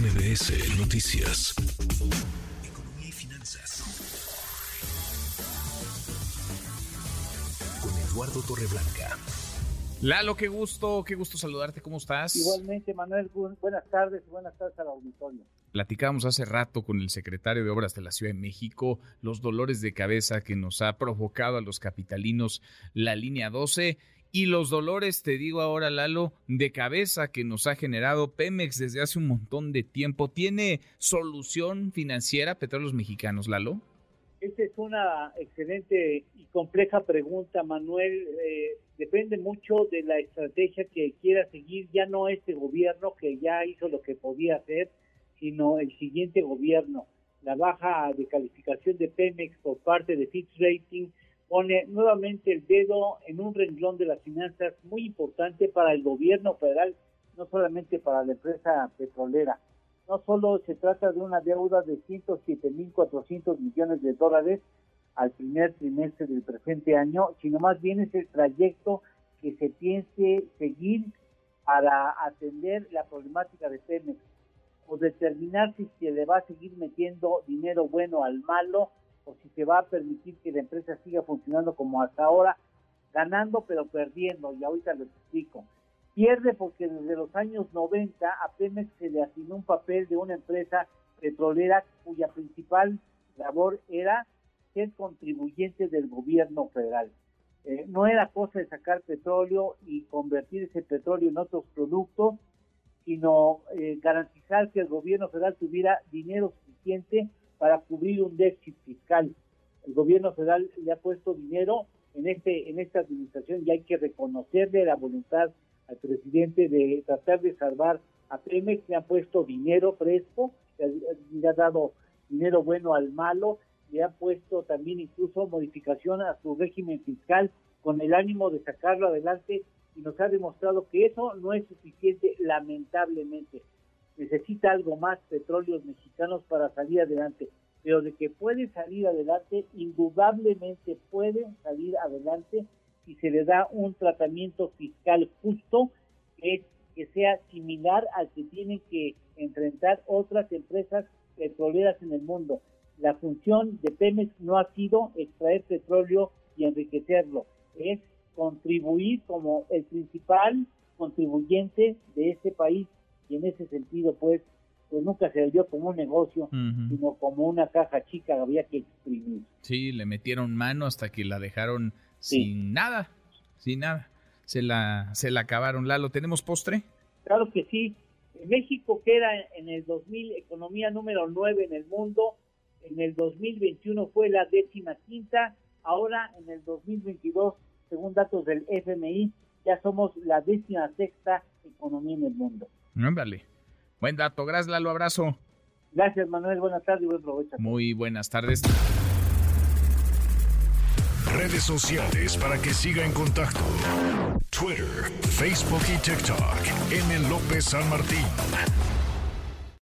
MBS Noticias. Economía y finanzas. Con Eduardo Torreblanca. Lalo, qué gusto saludarte, ¿cómo estás? Igualmente, Manuel, buenas tardes al auditorio. Platicábamos hace rato con el secretario de Obras de la Ciudad de México los dolores de cabeza que nos ha provocado a los capitalinos la línea 12 y los dolores, te digo ahora, Lalo, de cabeza que nos ha generado Pemex desde hace un montón de tiempo. ¿Tiene solución financiera Petróleos Mexicanos, Lalo? Esta es una excelente y compleja pregunta, Manuel. Depende mucho de la estrategia que quiera seguir, ya no este gobierno que ya hizo lo que podía hacer, sino el siguiente gobierno. La baja de calificación de Pemex por parte de Fitch Rating pone nuevamente el dedo en un renglón de las finanzas muy importante para el gobierno federal, no solamente para la empresa petrolera. No solo se trata de una deuda de 107.400 millones de dólares al primer trimestre del presente año, sino más bien es el trayecto que se piense seguir para atender la problemática de Pemex, o determinar si se le va a seguir metiendo dinero bueno al malo, o si se va a permitir que la empresa siga funcionando como hasta ahora, ganando pero perdiendo, y ahorita lo explico. Pierde porque desde los años 90 a Pemex se le asignó un papel de una empresa petrolera cuya principal labor era ser contribuyente del gobierno federal. No era cosa de sacar petróleo y convertir ese petróleo en otros productos, sino garantizar que el gobierno federal tuviera dinero suficiente para cubrir un déficit fiscal. El gobierno federal le ha puesto dinero en esta administración y hay que reconocerle la voluntad al presidente de tratar de salvar a Pemex. Le han puesto dinero fresco, le ha dado dinero bueno al malo, le ha puesto también incluso modificación a su régimen fiscal con el ánimo de sacarlo adelante, y nos ha demostrado que eso no es suficiente, lamentablemente. Necesita algo más Petróleos Mexicanos para salir adelante, pero de que puede salir adelante, indudablemente puede salir adelante si se le da un tratamiento fiscal justo, que sea similar al que tienen que enfrentar otras empresas petroleras en el mundo. La función de Pemex no ha sido extraer petróleo y enriquecerlo, es contribuir como el principal contribuyente de este país, y en ese sentido pues nunca se vio como un negocio, sino como una caja chica, había que exprimir. Sí, le metieron mano hasta que la dejaron sin nada. Se la acabaron. Lalo, ¿tenemos postre? Claro que sí. México, que era en el 2000 economía número 9 en el mundo, en el 2021 fue la 15ª, ahora en el 2022, según datos del FMI, ya somos la 16ª economía en el mundo. Ándale. Buen dato. Gracias, Lalo. Abrazo. Gracias, Manuel. Buenas tardes y buen provecho. Muy buenas tardes. Redes sociales para que siga en contacto: Twitter, Facebook y TikTok. M. López San Martín.